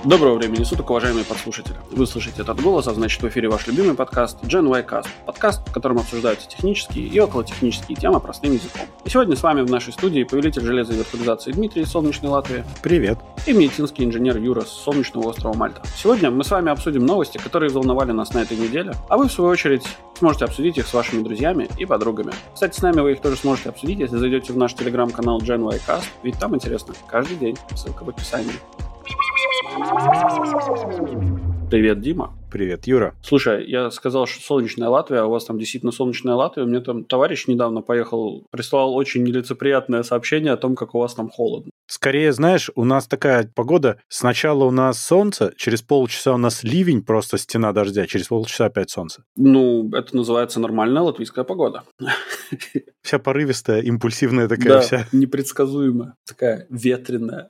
Доброго времени суток, уважаемые подслушатели. Вы слышите этот голос, а значит в эфире ваш любимый подкаст Gen Y Cast. Подкаст, в котором обсуждаются технические и околотехнические темы простым языком. И сегодня с вами в нашей студии повелитель железа и виртуализации Дмитрий из солнечной Латвии. Привет. И медицинский инженер Юра с солнечного острова Мальта. Сегодня мы с вами обсудим новости, которые волновали нас на этой неделе, а вы, в свою очередь, сможете обсудить их с вашими друзьями и подругами. Кстати, с нами вы их тоже сможете обсудить, если зайдете в наш телеграм-канал Gen Y Cast, ведь там интересно каждый день. Ссылка в описании. Привет, Дима. Привет, Юра. Слушай, я сказал, что солнечная Латвия, а у вас там действительно солнечная Латвия. Мне там товарищ недавно прислал очень нелицеприятное сообщение о том, как у вас там холодно. Скорее, знаешь, у нас такая погода. Сначала у нас солнце, через полчаса у нас ливень, просто стена дождя, через полчаса опять солнце. Ну, это называется нормальная латвийская погода. Вся порывистая, импульсивная такая вся. Да, непредсказуемая, такая ветреная.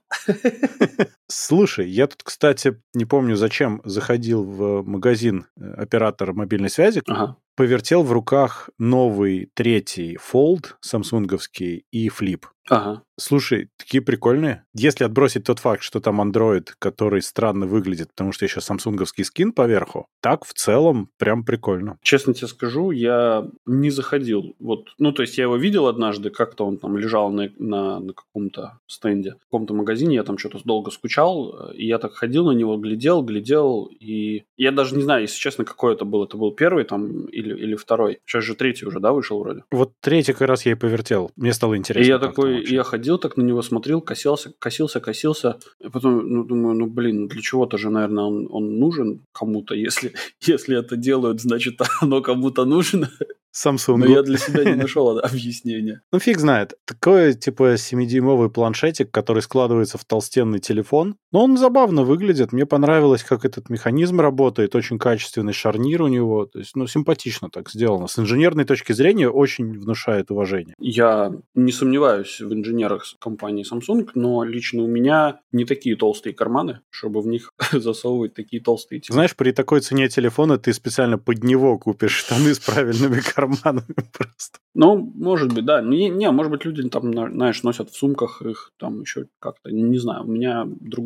Слушай, я тут, кстати, не помню зачем, заходил в магазин оператора мобильной связи, повертел в руках новый третий Fold самсунговский и Flip. Ага. Слушай, такие прикольные. Если отбросить тот факт, что там Android, который странно выглядит, потому что еще самсунговский скин поверху, так в целом прям прикольно. Честно тебе скажу, я не заходил. То есть я его видел однажды, как-то он там лежал на каком-то стенде, в каком-то магазине, я там что-то долго скучал, и я так ходил на него, глядел, и я даже не знаю, если честно, какой это был. Это был первый там или второй? Сейчас же третий уже, да, вышел вроде? Вот третий как раз я и повертел. Мне стало интересно. И я такой, я ходил так на него, смотрел, косился. И потом, думаю, для чего-то же, наверное, он нужен кому-то. Если это делают, значит, оно кому-то нужно. Samsung. Но я для себя не нашел объяснения. Ну, фиг знает. Такой, типа, 7-дюймовый планшетик, который складывается в толстенный телефон. Но он забавно выглядит. Мне понравилось, как этот механизм работает. Очень качественный шарнир у него. То есть, симпатично так сделано. С инженерной точки зрения очень внушает уважение. Я не сомневаюсь в инженерах компании Samsung, но лично у меня не такие толстые карманы, чтобы в них засовывать такие толстые телефоны. Знаешь, при такой цене телефона ты специально под него купишь штаны с правильными карманами просто. Ну, может быть, да. Может быть, люди там, знаешь, носят в сумках их там еще как-то. Не знаю, у меня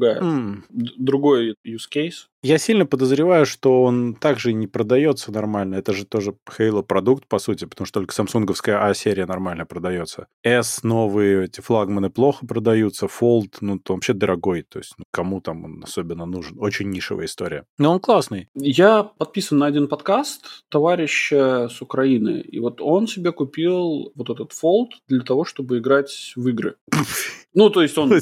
другой use case. Я сильно подозреваю, что он также не продается нормально. Это же тоже Halo продукт, по сути, потому что только самсунговская А-серия нормально продается. S новые, эти флагманы плохо продаются. Fold, он вообще дорогой. То есть, кому там он особенно нужен? Очень нишевая история. Но он классный. Я подписан на один подкаст товарища с Украины. И вот он себе купил вот этот Fold для того, чтобы играть в игры. То есть он,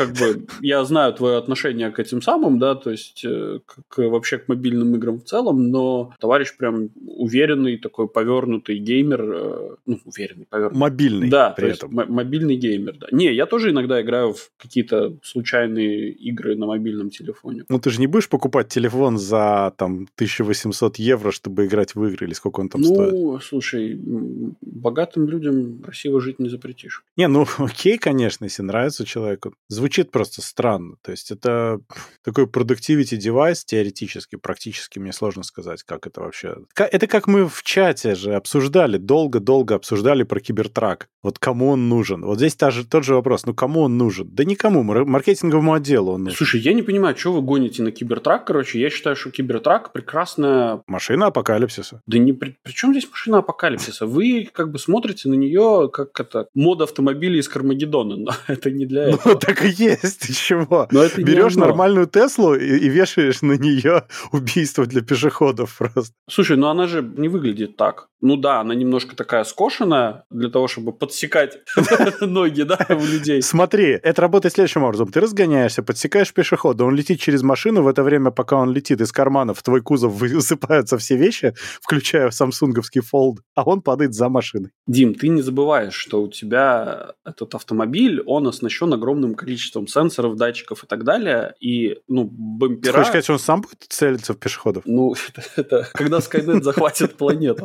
я знаю твое отношение к этим самым, да, то есть вообще к мобильным играм в целом, но товарищ прям уверенный, такой повернутый геймер, повернутый. Мобильный. Да, при этом. Мобильный геймер, да. Не, я тоже иногда играю в какие-то случайные игры на мобильном телефоне. Ты же не будешь покупать телефон за, 1800 евро, чтобы играть в игры, или сколько он там стоит? Слушай, богатым людям красиво жить не запретишь. Окей, конечно, если нравится человеку. Звучит просто странно. То есть это такой productivity девайс теоретически, практически мне сложно сказать, как это вообще. Это как мы в чате же обсуждали, долго-долго обсуждали про Кибертрак. Вот кому он нужен? Вот здесь тот же вопрос. Кому он нужен? Да никому, маркетинговому отделу он нужен. Слушай, я не понимаю, что вы гоните на Кибертрак, я считаю, что Кибертрак прекрасная... Машина апокалипсиса. Да при чем здесь машина апокалипсиса? Вы смотрите на нее, как это, мод автомобилей из Кармагеддона, но это не для этого. Так и есть, ты чего? Берешь нормальную Теслу и вешаешь на нее убийство для пешеходов просто. Слушай, она же не выглядит так. Да, она немножко такая скошенная для того, чтобы подсекать ноги, да, у людей. Смотри, это работает следующим образом. Ты разгоняешься, подсекаешь пешехода, он летит через машину, в это время, пока он летит, из кармана в твой кузов высыпаются все вещи, включая самсунговский Fold, а он падает за машиной. Дим, ты не забываешь, что у тебя этот автомобиль, он оснащен огромным количеством сенсоров, датчиков и так далее, и, бампера... Ты хочешь сказать, что он сам будет целиться в пешеходов? Это когда Skynet захватит планету. А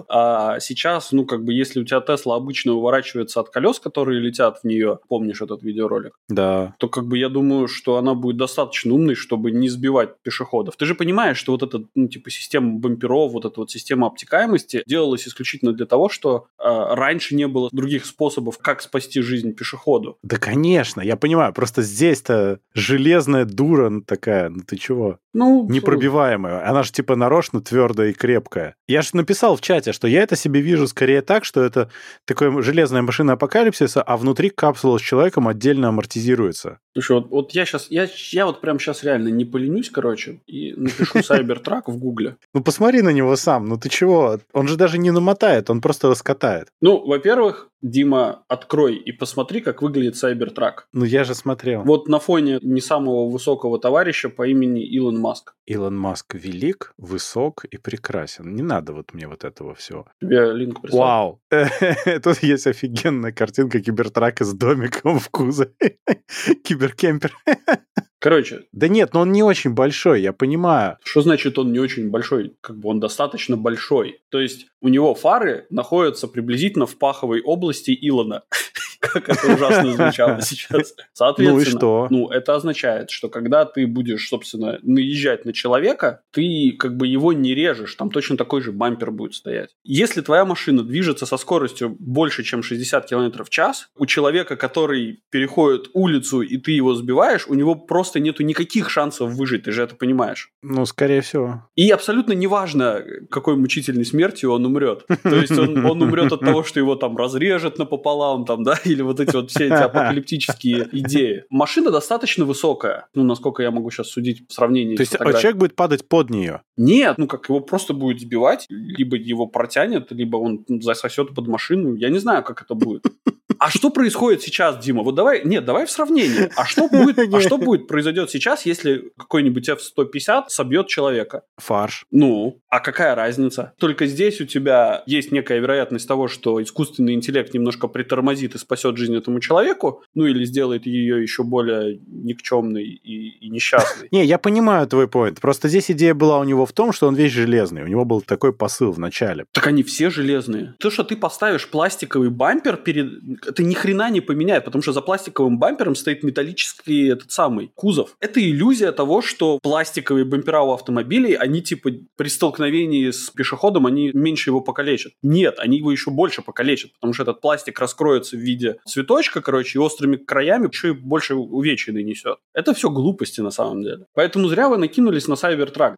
А сейчас, если у тебя Тесла обычно уворачивается от колес, которые летят в нее, помнишь этот видеоролик? Да. То я думаю, что она будет достаточно умной, чтобы не сбивать пешеходов. Ты же понимаешь, что вот эта, система бамперов, вот эта вот система обтекаемости делалась исключительно для того, что раньше не было других способов, как спасти жизнь пешеходу. Да, конечно, я понимаю. Просто здесь-то железная дура такая, ты чего? Непробиваемая. Она же нарочно твердая и крепкая. Я же написал в чате, что я это себе вижу скорее так, что это такая железная машина апокалипсиса, а внутри капсула с человеком отдельно амортизируется. Слушай, вот я вот прямо сейчас реально не поленюсь, и напишу Cybertruck в Гугле. Посмотри на него сам, ты чего? Он же даже не намотает, он просто раскатает. Во-первых, Дима, открой и посмотри, как выглядит Cybertruck. Я же смотрел. Вот на фоне не самого высокого товарища по имени Илон Маск. Илон Маск велик, высок и прекрасен. Не надо мне вот этого всего. Тебе линк прислал. Вау! Тут есть офигенная картинка кибертрака с домиком в кузове. Киберкемпер. Короче. Да нет, он не очень большой, я понимаю. Что значит он не очень большой? Он достаточно большой. То есть у него фары находятся приблизительно в паховой области Илона. Как это ужасно звучало сейчас. Соответственно, и что? Это означает, что когда ты будешь, собственно, наезжать на человека, ты его не режешь, там точно такой же бампер будет стоять. Если твоя машина движется со скоростью больше, чем 60 км в час, у человека, который переходит улицу, и ты его сбиваешь, у него просто нету никаких шансов выжить, ты же это понимаешь. Скорее всего. И абсолютно неважно, какой мучительной смертью он умрет. То есть он умрет от того, что его там разрежет напополам, или вот эти вот все эти апокалиптические идеи. Машина достаточно высокая, насколько я могу сейчас судить в сравнении с фотографией. То есть человек будет падать под нее? Нет, его просто будет сбивать, либо его протянет, либо он засосет под машину. Я не знаю, как это будет. А что происходит сейчас, Дима? Вот давай в сравнение. А что произойдет сейчас, если какой-нибудь F-150 собьет человека? Фарш. А какая разница? Только здесь у тебя есть некая вероятность того, что искусственный интеллект немножко притормозит и спасет жизнь этому человеку, или сделает ее еще более никчемной и несчастной. Не, я понимаю твой поинт. Просто здесь идея была у него в том, что он весь железный. У него был такой посыл в начале. Так они все железные. То, что ты поставишь пластиковый бампер это ни хрена не поменяет, потому что за пластиковым бампером стоит металлический кузов. Это иллюзия того, что пластиковые бампера у автомобилей, они при столкновении с пешеходом, они меньше его покалечат. Нет, они его еще больше покалечат, потому что этот пластик раскроется в виде цветочка, и острыми краями еще и больше увечий нанесет. Это все глупости на самом деле. Поэтому зря вы накинулись на Cybertruck.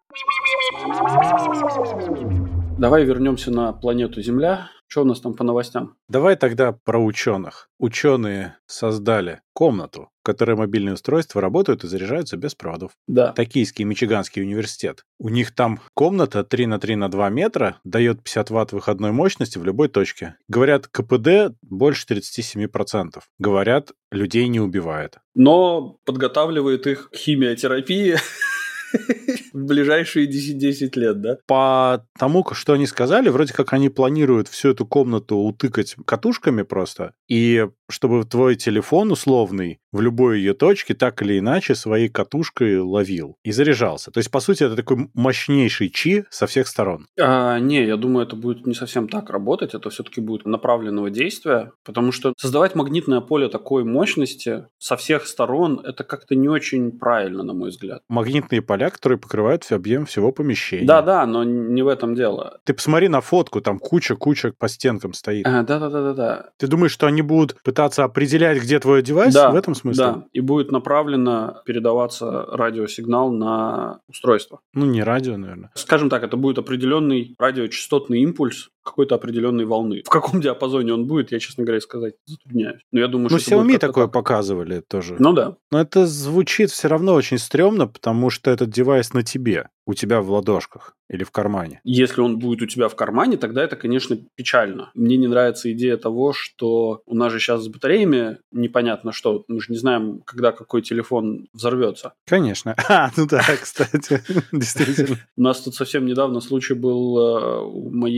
Давай вернемся на планету Земля. Что у нас там по новостям? Давай тогда про ученых. Ученые создали комнату, в которой мобильные устройства работают и заряжаются без проводов. Да. Токийский Мичиганский университет. У них там комната 3 на 3 на 2 метра, дает 50 ватт выходной мощности в любой точке. Говорят, КПД больше 37%. Говорят, людей не убивает. Но подготавливает их к химиотерапии в ближайшие 10 лет, да? По тому, что они сказали, вроде как они планируют всю эту комнату утыкать катушками просто, и чтобы твой телефон условный в любой ее точке так или иначе своей катушкой ловил и заряжался. То есть, по сути, это такой мощнейший чи со всех сторон. Не, я думаю, это будет не совсем так работать. Это все-таки будет направленного действия, потому что создавать магнитное поле такой мощности со всех сторон, это как-то не очень правильно, на мой взгляд. Магнитные поля, которые покрывают объем всего помещения. Да, но не в этом дело. Ты посмотри на фотку, там куча по стенкам стоит. Да. Ты думаешь, что они будут пытаться определять, где твой девайс в этом смысле? Да, и будет направленно передаваться радиосигнал на устройство. Не радио, наверное. Скажем так, это будет определенный радиочастотный импульс какой-то определенной волны. В каком диапазоне он будет, я, честно говоря, сказать затрудняюсь. Но я думаю, что Xiaomi такое показывали тоже. Да. Но это звучит все равно очень стрёмно, потому что этот девайс на тебе, у тебя в ладошках или в кармане. Если он будет у тебя в кармане, тогда это, конечно, печально. Мне не нравится идея того, что у нас же сейчас с батареями непонятно что. Мы же не знаем, когда какой телефон взорвется. Конечно. Кстати, действительно. У нас тут совсем недавно случай был у моей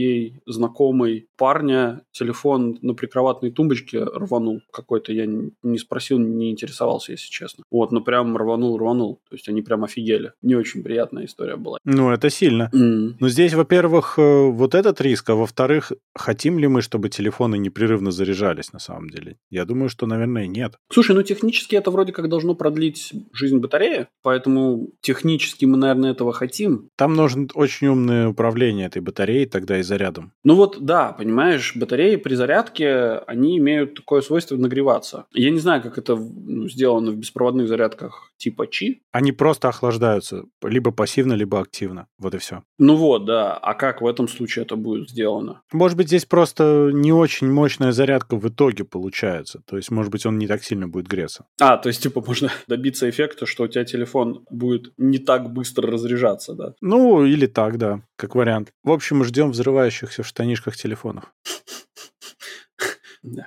знакомый парня телефон на прикроватной тумбочке рванул какой-то. Я не спросил, не интересовался, если честно. Вот, но прям рванул. То есть они прям офигели. Не очень приятная история была. Ну, это сильно. Но здесь, во-первых, вот этот риск, а во-вторых, хотим ли мы, чтобы телефоны непрерывно заряжались на самом деле? Я думаю, что, наверное, нет. Слушай, ну технически это вроде как должно продлить жизнь батареи, поэтому технически мы, наверное, этого хотим. Там нужно очень умное управление этой батареей тогда и зарядом. Ну вот, да, понимаешь, батареи при зарядке, они имеют такое свойство нагреваться. Я не знаю, как это сделано в беспроводных зарядках типа Qi. Они просто охлаждаются, либо пассивно, либо активно. Вот и все. Ну вот, да. А как в этом случае это будет сделано? Может быть, здесь просто не очень мощная зарядка в итоге получается. То есть, может быть, он не так сильно будет греться. То есть, типа, можно добиться эффекта, что у тебя телефон будет не так быстро разряжаться, да? Ну, или так, да, как вариант. В общем, мы ждем взрывающихся в штанишках телефонов. Да.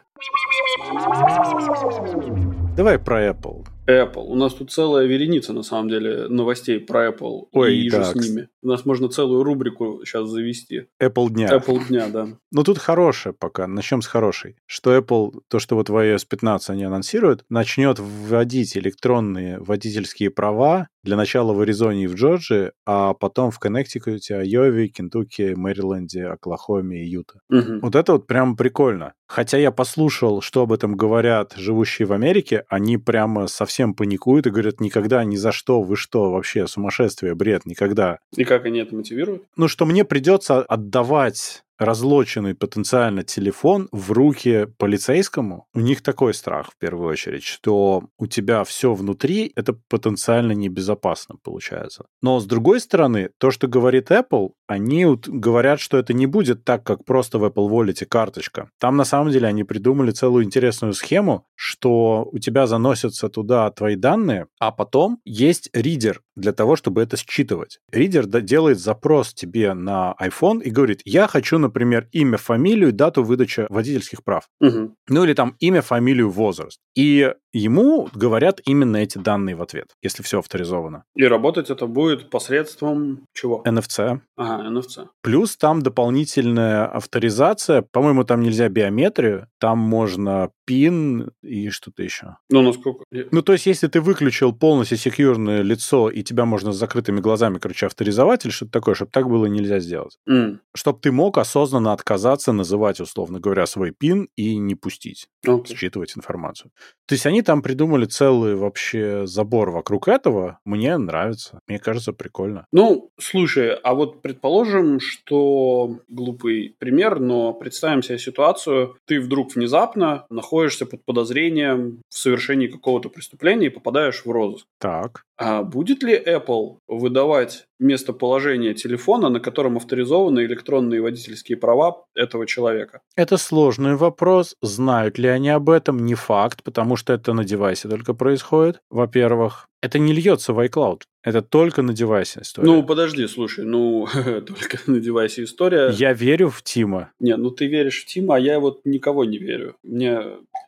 Давай про Apple. Apple. У нас тут целая вереница, на самом деле, новостей про Apple. Ой, и да, же с ними. У нас можно целую рубрику сейчас завести. Apple дня. Apple дня, да. Ну, тут хорошее пока. Начнем с хорошей. Что Apple, то, что вот в iOS 15 они анонсируют, начнет вводить электронные водительские права для начала в Аризоне и в Джорджии, а потом в Коннектикуте, Айове, Кентукки, Мэриленде, Оклахоме и Юта. Угу. Вот это вот прям прикольно. Хотя я послушал, что об этом говорят живущие в Америке, они прямо совсем паникуют и говорят, никогда, ни за что, вы что, вообще сумасшествие, бред, никогда. И как они это мотивируют? Ну, что мне придется отдавать разлоченный потенциально телефон в руки полицейскому, у них такой страх в первую очередь, что у тебя все внутри, это потенциально небезопасно получается. Но с другой стороны, то, что говорит Apple, они говорят, что это не будет так, как просто в Apple Wallet карточка. Там на самом деле они придумали целую интересную схему, что у тебя заносятся туда твои данные, а потом есть ридер для того, чтобы это считывать. Ридер делает запрос тебе на iPhone и говорит, я хочу, например, имя, фамилию, дату выдачи водительских прав. Угу. Ну или там имя, фамилию, возраст. И ему говорят именно эти данные в ответ, если все авторизовано. И работать это будет посредством чего? NFC. Ага, NFC. Плюс там дополнительная авторизация. По-моему, там нельзя биометрию. Там можно PIN и что-то еще. Ну, насколько? Ну, то есть, если ты выключил полностью секьюрное лицо, и тебя можно с закрытыми глазами, короче, авторизовать или что-то такое, чтобы так было нельзя сделать. Чтобы ты мог осознанно отказаться называть, условно говоря, свой PIN и не пустить, считывать информацию. То есть, они там придумали целый вообще забор вокруг этого. Мне нравится. Мне кажется, прикольно. Ну, слушай, а вот предположим, что глупый пример, но представим себе ситуацию, ты вдруг внезапно находишься под подозрением в совершении какого-то преступления и попадаешь в розыск. Так. А будет ли Apple выдавать местоположение телефона, на котором авторизованы электронные водительские права этого человека? Это сложный вопрос. Знают ли они об этом? Не факт, потому что это на девайсе только происходит. Во-первых, это не льется в iCloud. Это только на девайсе история. Ну, подожди, слушай, только на девайсе история. Я верю в Тима. Не, ты веришь в Тима, а я вот никого не верю. Мне...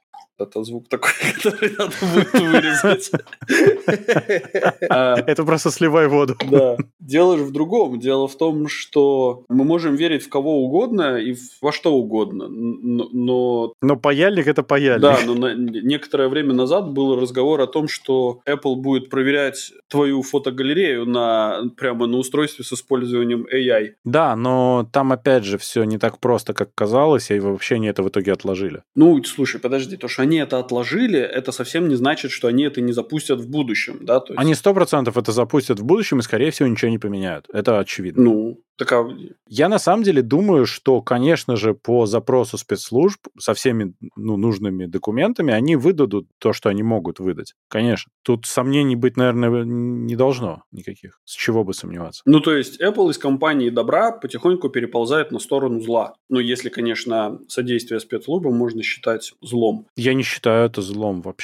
Это звук такой, который надо будет вырезать. Это просто сливай воду. Да. Дело же в другом. Дело в том, что мы можем верить в кого угодно и во что угодно. Но паяльник – это паяльник. Да, но некоторое время назад был разговор о том, что Apple будет проверять твою фотогалерею прямо на устройстве с использованием AI. Да, но там опять же все не так просто, как казалось, и вообще они это в итоге отложили. Ну, слушай, подожди, то, что они это отложили, это совсем не значит, что они это не запустят в будущем, да? То есть... Они 100% это запустят в будущем и, скорее всего, ничего не поменяют. Это очевидно. Ну, Я на самом деле думаю, что, конечно же, по запросу спецслужб со всеми нужными документами они выдадут то, что они могут выдать. Конечно. Тут сомнений быть, наверное, не должно никаких. С чего бы сомневаться? Ну, то есть Apple из компании добра потихоньку переползает на сторону зла. Ну, если, конечно, содействие спецслужбам можно считать злом. Я не считаю это злом вообще.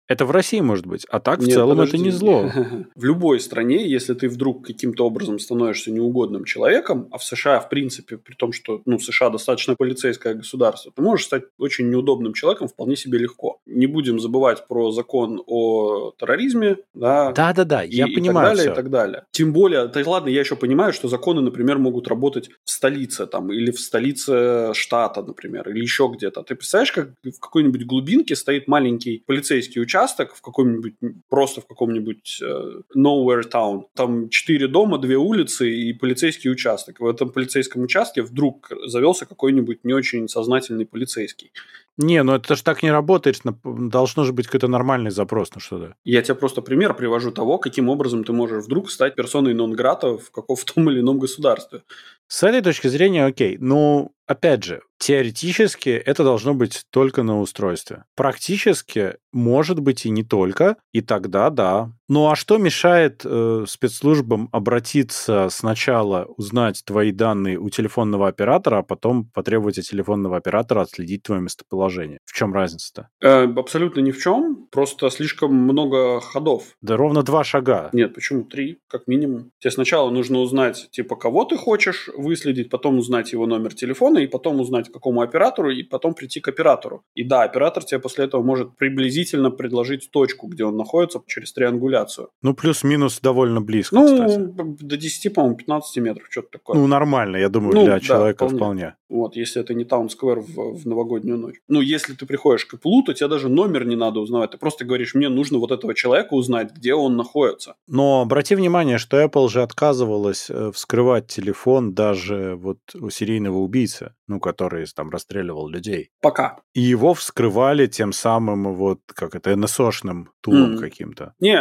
Это в России может быть, а так в Нет, целом подожди. это не зло. В любой стране, если ты вдруг каким-то образом становишься неугодным человеком, а в США, в принципе, при том, что США достаточно полицейское государство, ты можешь стать очень неудобным человеком вполне себе легко. Не будем забывать про закон о терроризме, да, Да-да-да, я понимаю и все. так далее. Тем более, ладно, я еще понимаю, что законы, например, могут работать в столице там, или в столице штата, например, или еще где-то. Ты представляешь, как в какой-нибудь глубинке стоит маленький полицейский участок в каком-нибудь, просто в каком-нибудь nowhere town. Там 4 дома, 2 улицы и полицейский участок. В этом полицейском участке вдруг завелся какой-нибудь не очень сознательный полицейский. Не, ну это же так не работает. Должно же быть какой-то нормальный запрос на что-то. Я тебе просто пример привожу того, каким образом ты можешь вдруг стать персоной нон-грата в том или ином государстве. С этой точки зрения, окей. Ну, опять же, теоретически это должно быть только на устройстве. Практически может быть и не только, и тогда да. Ну а что мешает спецслужбам обратиться сначала, узнать твои данные у телефонного оператора, а потом потребовать от телефонного оператора отследить твое местоположение? В чем разница-то? Абсолютно ни в чем, просто слишком много ходов. Да ровно 2 шага. Нет, почему 3, как минимум? Тебе сначала нужно узнать, типа, кого ты хочешь выследить, потом узнать его номер телефона, и потом узнать, к какому оператору, и потом прийти к оператору. И да, оператор тебе после этого может приблизительно предложить точку, где он находится, через триангуляцию. Ну, плюс-минус довольно близко, кстати. До 10, по-моему, 15 метров, что-то такое. Ну, нормально, я думаю, для человека вполне. Вот, если это не таунсквер в новогоднюю ночь. Ну, если ты приходишь к Apple, то тебе даже номер не надо узнавать. Ты просто говоришь, мне нужно вот этого человека узнать, где он находится. Но обрати внимание, что Apple же отказывалась вскрывать телефон даже вот у серийного убийцы, который там расстреливал людей. Пока. И его вскрывали тем самым вот, как это, NSO-шным тулом каким-то. Не,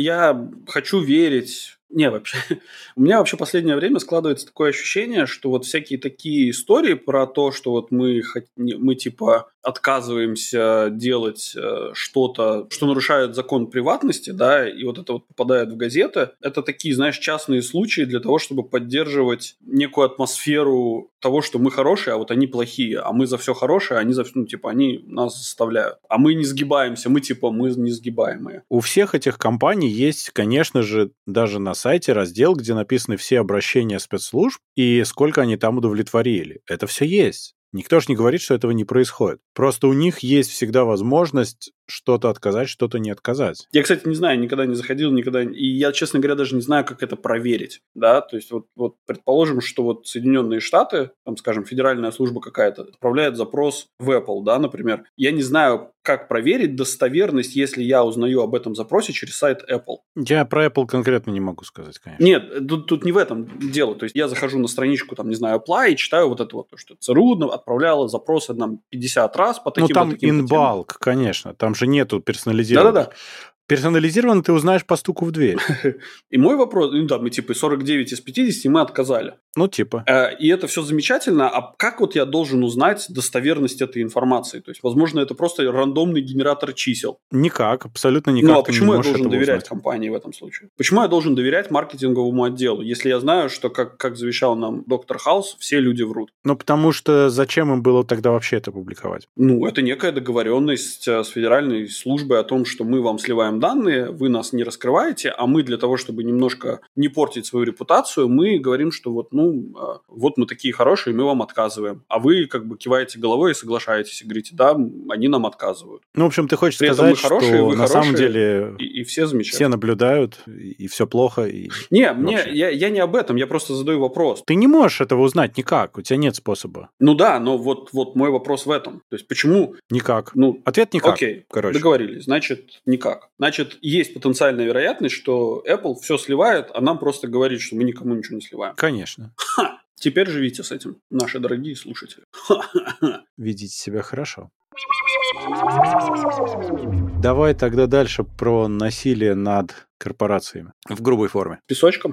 я хочу верить... Не, вообще, у меня вообще последнее время складывается такое ощущение, что вот всякие такие истории про то, что вот мы типа отказываемся делать что-то, что нарушает закон приватности, да, и вот это вот попадает в газеты, это такие, знаешь, частные случаи для того, чтобы поддерживать некую атмосферу того, что мы хорошие, а вот они плохие, а мы за все хорошее, а они за все, они нас заставляют. А мы не сгибаемся, мы не сгибаемые. У всех этих компаний есть, конечно же, даже на сайте раздел, где написаны все обращения спецслужб и сколько они там удовлетворили. Это все есть. Никто же не говорит, что этого не происходит. Просто у них есть всегда возможность что-то отказать, что-то не отказать. Я, кстати, не знаю, никогда не заходил, и я, честно говоря, даже не знаю, как это проверить, да, то есть вот предположим, что вот Соединенные Штаты, там, скажем, федеральная служба какая-то отправляет запрос в Apple, да, например, я не знаю, как проверить достоверность, если я узнаю об этом запросе через сайт Apple. Я про Apple конкретно не могу сказать, конечно. Нет, тут не в этом дело, то есть я захожу на страничку, там, не знаю, Apply и читаю вот это вот, что ЦРУ отправляла запросы нам 50 раз по таким. Ну, там in-bulk, конечно, там же нету персонализированных. Да-да-да. Персонализированно ты узнаешь по стуку в дверь. И мой вопрос, мы типа 49 из 50 мы отказали. Ну, типа. И это все замечательно, а как вот я должен узнать достоверность этой информации? То есть, возможно, это просто рандомный генератор чисел. Никак, абсолютно никак. Ну, а почему я должен доверять компании в этом случае? Почему я должен доверять маркетинговому отделу, если я знаю, что, как завещал нам доктор Хаус, все люди врут? Ну, потому что зачем им было тогда вообще это публиковать? Ну, это некая договоренность с федеральной службой о том, что мы вам сливаем данные, вы нас не раскрываете, а мы для того, чтобы немножко не портить свою репутацию, мы говорим, что вот мы такие хорошие, мы вам отказываем. А вы как бы киваете головой и соглашаетесь, и говорите, да, они нам отказывают. Ну, в общем, ты хочешь При сказать, этом мы хорошие, что вы на хорошие, самом деле и все замечательно. Все наблюдают, и все плохо. Я не об этом, я просто задаю вопрос. Ты не можешь этого узнать никак, у тебя нет способа. Ну да, но вот мой вопрос в этом. То есть почему? Никак. Ответ никак. Окей, договорились, значит, никак. Значит, есть потенциальная вероятность, что Apple все сливает, а нам просто говорит, что мы никому ничего не сливаем. Конечно. Теперь живите с этим, наши дорогие слушатели. Ведите себя хорошо. Давай тогда дальше про насилие над корпорациями в грубой форме. Песочком?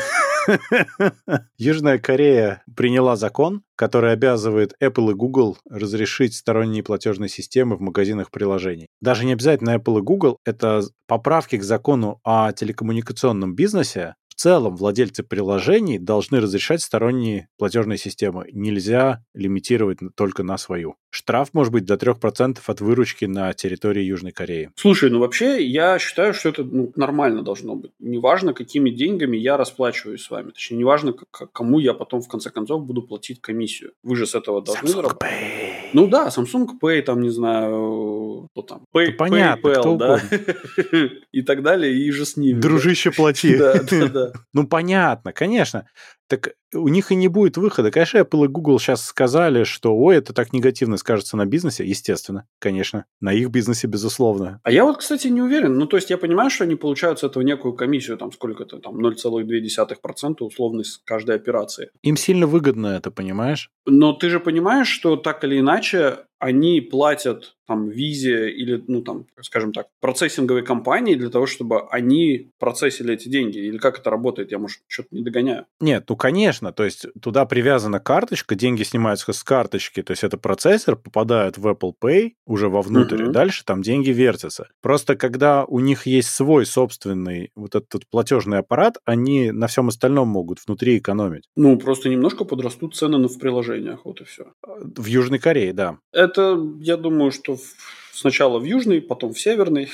Южная Корея приняла закон, который обязывает Apple и Google разрешить сторонние платежные системы в магазинах приложений. Даже не обязательно Apple и Google, это поправки к закону о телекоммуникационном бизнесе, в целом владельцы приложений должны разрешать сторонние платежные системы. Нельзя лимитировать только на свою. Штраф может быть до 3% от выручки на территории Южной Кореи. Слушай, ну вообще я считаю, что это нормально должно быть. Неважно, какими деньгами я расплачиваюсь с вами. Точнее, неважно, кому я потом в конце концов буду платить комиссию. Вы же с этого должны заработать. Ну да, Samsung Pay, там, не знаю, кто там. Понятно, PayPal, кто да. И так далее, и же с ними. Дружище, плати. Да. Ну, понятно, конечно. Так у них и не будет выхода. Конечно, Apple и Google сейчас сказали, что ой, это так негативно скажется на бизнесе. Естественно, конечно. На их бизнесе, безусловно. А я вот, кстати, не уверен. Ну, то есть, я понимаю, что они получают с этого некую комиссию, там, сколько-то, там, 0,2% условно с каждой операции. Им сильно выгодно это, понимаешь? Но ты же понимаешь, что так или иначе они платят там Визе или, ну, там, скажем так, процессинговой компании для того, чтобы они процессили эти деньги. Или как это работает? Я, может, что-то не догоняю. Нет, ну, конечно. То есть, туда привязана карточка, деньги снимаются с карточки. То есть, это процессор попадает в Apple Pay уже вовнутрь, и дальше там деньги вертятся. Просто когда у них есть свой собственный вот этот платежный аппарат, они на всем остальном могут внутри экономить. Ну, просто немножко подрастут цены в приложениях, вот и все. В Южной Корее, да. Это, я думаю, что сначала в Южной, потом в Северной.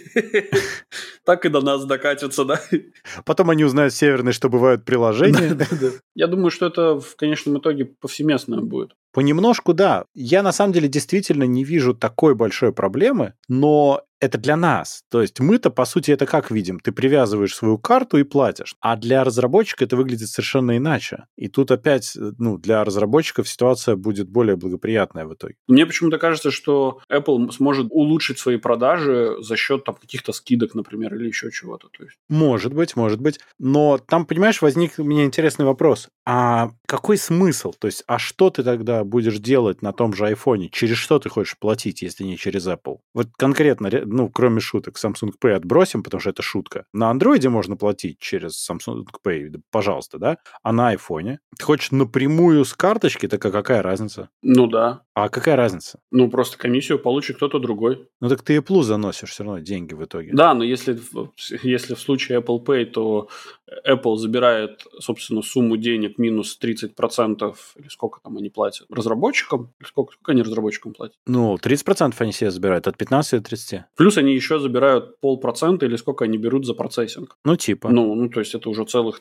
Так и до нас докатятся, да? Потом они узнают в Северной, что бывают приложения. Я думаю, что это в конечном итоге повсеместное будет. Понемножку, да. Я на самом деле действительно не вижу такой большой проблемы, но это для нас. То есть мы-то, по сути, это как видим? Ты привязываешь свою карту и платишь. А для разработчика это выглядит совершенно иначе. И тут опять, ну, для разработчиков ситуация будет более благоприятная в итоге. Мне почему-то кажется, что Apple сможет улучшить свои продажи за счет там каких-то скидок, например, или еще чего-то. То есть... Может быть. Но там, понимаешь, возник у меня интересный вопрос. А какой смысл? То есть, а что ты тогда будешь делать на том же айфоне? Через что ты хочешь платить, если не через Apple? Вот конкретно, ну, кроме шуток, Samsung Pay отбросим, потому что это шутка. На Android можно платить через Samsung Pay, пожалуйста, да? А на айфоне? Ты хочешь напрямую с карточки, так а какая разница? Ну да. А какая разница? Ну, просто комиссию получит кто-то другой. Ну, так ты Apple заносишь все равно деньги в итоге. Да, но если в случае Apple Pay, то Apple забирает, собственно, сумму денег минус 30%, или сколько там они платят разработчикам, или сколько они разработчикам платят? Ну, 30% они себе забирают, от 15 до 30. Плюс они еще забирают 0,5% или сколько они берут за процессинг. Ну, типа. Ну, то есть это уже целых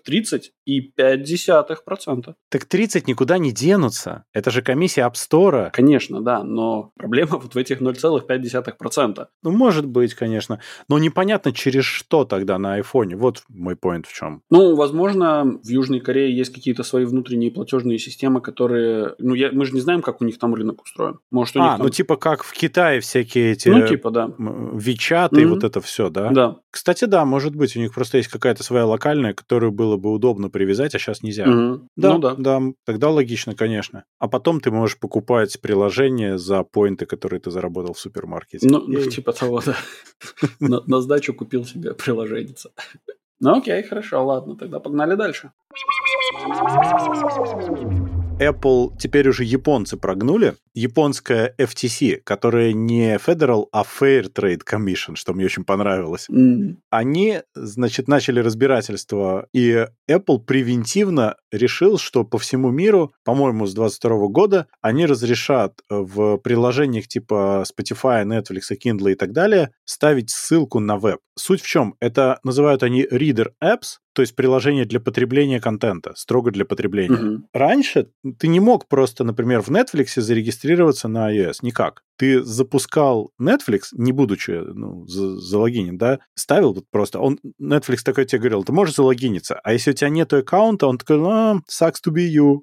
30,5%. Так 30 никуда не денутся. Это же комиссия App Store. Конечно, да, но проблема вот в этих 0,5%. Ну, может быть, конечно. Но непонятно, через что тогда на айфоне. Вот мой поинт в чем. Ну, возможно, в Южной Корее есть какие-то свои внутренние платежные системы, которые... Ну, мы же не знаем, как у них там рынок устроен. Может, у них там... ну, типа как в Китае всякие эти... Ну, типа, да. WeChat и вот это все, да? Да. Кстати, да, может быть, у них просто есть какая-то своя локальная, которую было бы удобно привязать, а сейчас нельзя. Да, ну, да. Тогда логично, конечно. А потом ты можешь покупать приложение за поинты, которые ты заработал в супермаркете. Ну, типа того, да. На сдачу купил себе приложение. Ну, окей, хорошо, ладно, тогда погнали дальше. Apple теперь уже японцы прогнули. Японская FTC, которая не Federal, а Fair Trade Commission, что мне очень понравилось. Они, значит, начали разбирательство, и Apple превентивно решил, что по всему миру, по-моему, с 2022 года, они разрешат в приложениях типа Spotify, Netflix, Kindle и так далее ставить ссылку на веб. Суть в чем? Это называют они Reader Apps, то есть приложение для потребления контента, строго для потребления. Раньше ты не мог просто, например, в Netflix зарегистрироваться на iOS. Никак. Ты запускал Netflix, не будучи залогинен, да, ставил тут просто. Netflix такой тебе говорил, ты можешь залогиниться, а если у тебя нет аккаунта, он такой, sucks to be you.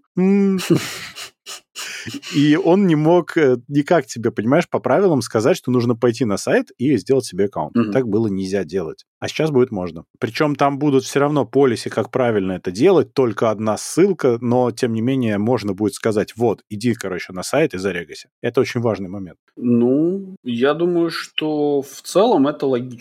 И он не мог никак тебе, понимаешь, по правилам сказать, что нужно пойти на сайт и сделать себе аккаунт. Так было нельзя делать. А сейчас будет можно. Причем там будут все равно полиси, как правильно это делать, только одна ссылка, но, тем не менее, можно будет сказать, вот, иди, короче, на сайт и зарегайся. Это очень важный момент. Ну, я думаю, что в целом это логично.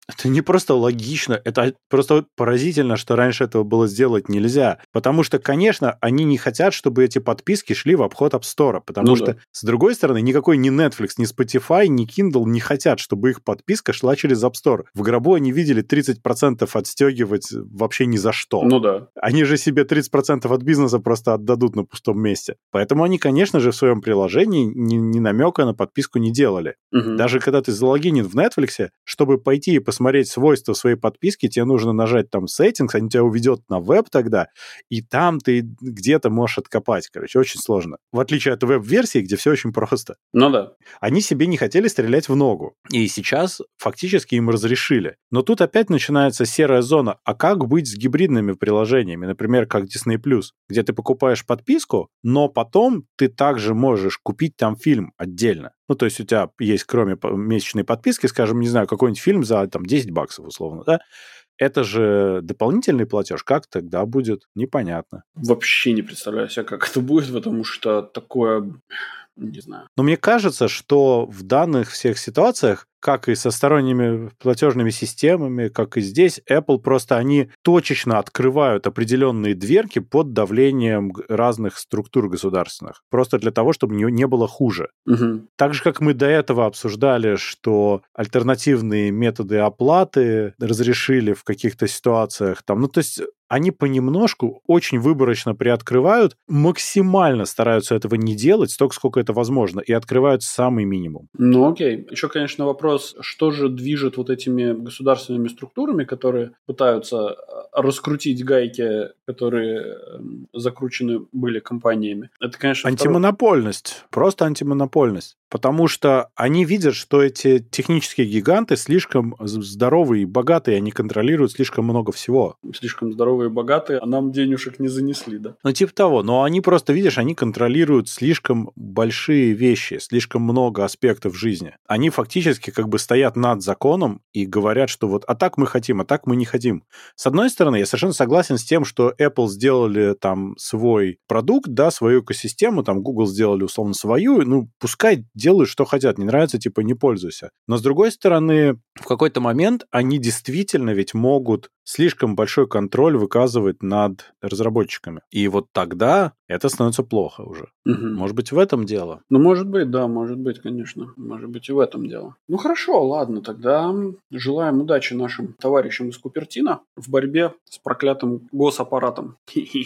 Это не просто логично, это просто поразительно, что раньше этого было сделать нельзя. Потому что, конечно, они не хотят, чтобы эти подписки шли в обход App Store. Потому что, с другой стороны, никакой ни Netflix, ни Spotify, ни Kindle не хотят, чтобы их подписка шла через App Store. В гробу они видели 30% отстегивать вообще ни за что. Ну да. Они же себе 30% от бизнеса просто отдадут на пустом месте. Поэтому они, конечно же, в своем приложении ни намека на подписку не делали. Даже когда ты залогинен в Netflix, чтобы пойти и посмотреть свойства своей подписки, тебе нужно нажать там Settings, они тебя уведет на веб тогда, и там ты где-то можешь откопать. Короче, очень сложно. В отличие от веб-версии, где все очень просто. Ну да. Они себе не хотели стрелять в ногу. И сейчас фактически им разрешили. Но тут опять начинается серая зона. А как быть с гибридными приложениями? Например, как Disney+, где ты покупаешь подписку, но потом ты также можешь купить там фильм отдельно. Ну, то есть у тебя есть, кроме месячной подписки, скажем, не знаю, какой-нибудь фильм за там, $10, условно, да? Это же дополнительный платеж. Как тогда будет? Непонятно. Вообще не представляю себе, как это будет, потому что такое... Не знаю. Но мне кажется, что в данных всех ситуациях, как и со сторонними платежными системами, как и здесь, Apple просто они точечно открывают определенные дверки под давлением разных структур государственных. Просто для того, чтобы не было хуже. Так же, как мы до этого обсуждали, что альтернативные методы оплаты разрешили в каких-то ситуациях. Там, ну, то есть они понемножку очень выборочно приоткрывают, максимально стараются этого не делать, столько, сколько это возможно, и открывают самый минимум. Ну, окей. Еще, конечно, вопрос, что же движет вот этими государственными структурами, которые пытаются раскрутить гайки, которые закручены были компаниями. Это, конечно, антимонопольность. Просто антимонопольность. Потому что они видят, что эти технические гиганты слишком здоровые и богатые, они контролируют слишком много всего. Слишком здоровые и богатые, а нам денежек не занесли, да? Ну, типа того. Но они просто, видишь, они контролируют слишком большие вещи, слишком много аспектов жизни. Они фактически как бы стоят над законом и говорят, что вот а так мы хотим, а так мы не хотим. С одной стороны, я совершенно согласен с тем, что Apple сделали там свой продукт, да, свою экосистему, там Google сделали условно свою, ну, пускай делают, что хотят, не нравится, типа, не пользуйся. Но, с другой стороны, в какой-то момент они действительно ведь могут слишком большой контроль выказывать над разработчиками. И вот тогда это становится плохо уже. Может быть, в этом дело? Ну, может быть, да, может быть, конечно. Может быть, и в этом дело. Ну, хорошо, ладно, тогда желаем удачи нашим товарищам из Купертино в борьбе с проклятым госаппаратом.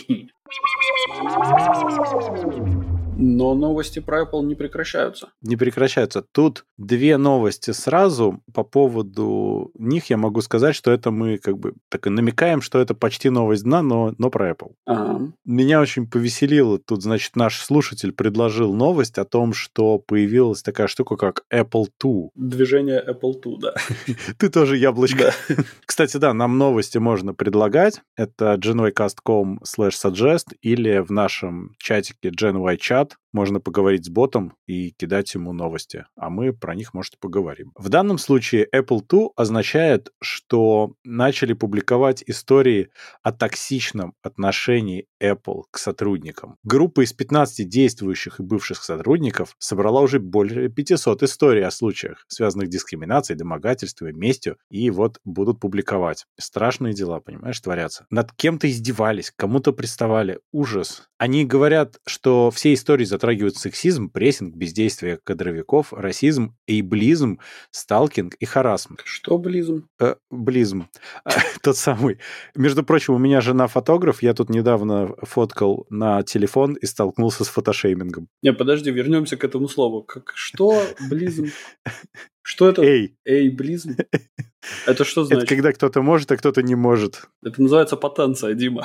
Но новости про Apple не прекращаются. Не прекращаются. Тут две новости сразу. По поводу них я могу сказать, что это мы как бы так и намекаем, что это почти новость дна, но про Apple. Ага. Меня очень повеселило. Тут, значит, наш слушатель предложил новость о том, что появилась такая штука, как Apple II. Движение Apple II, да. Ты тоже яблочко. Кстати, да, нам новости можно предлагать. Это genYcast.com/suggest или в нашем чатике GenYChat. Можно поговорить с ботом и кидать ему новости, а мы про них, может, поговорим. В данном случае Apple II означает, что начали публиковать истории о токсичном отношении Apple к сотрудникам. Группа из 15 действующих и бывших сотрудников собрала уже более 500 историй о случаях, связанных с дискриминацией, домогательством, местью, и вот будут публиковать. Страшные дела, понимаешь, творятся. Над кем-то издевались, кому-то приставали. Ужас. Они говорят, что все истории затрагивают сексизм, прессинг, бездействие кадровиков, расизм, эйблизм, сталкинг и харассмент. Что близм? Близм. Тот самый. Между прочим, у меня жена фотограф, я тут недавно фоткал на телефон и столкнулся с фотошеймингом. Не, подожди, вернемся к этому слову. Что близм? Что это? Эйблизм? Это что значит? Это когда кто-то может, а кто-то не может. Это называется потенция, Дима.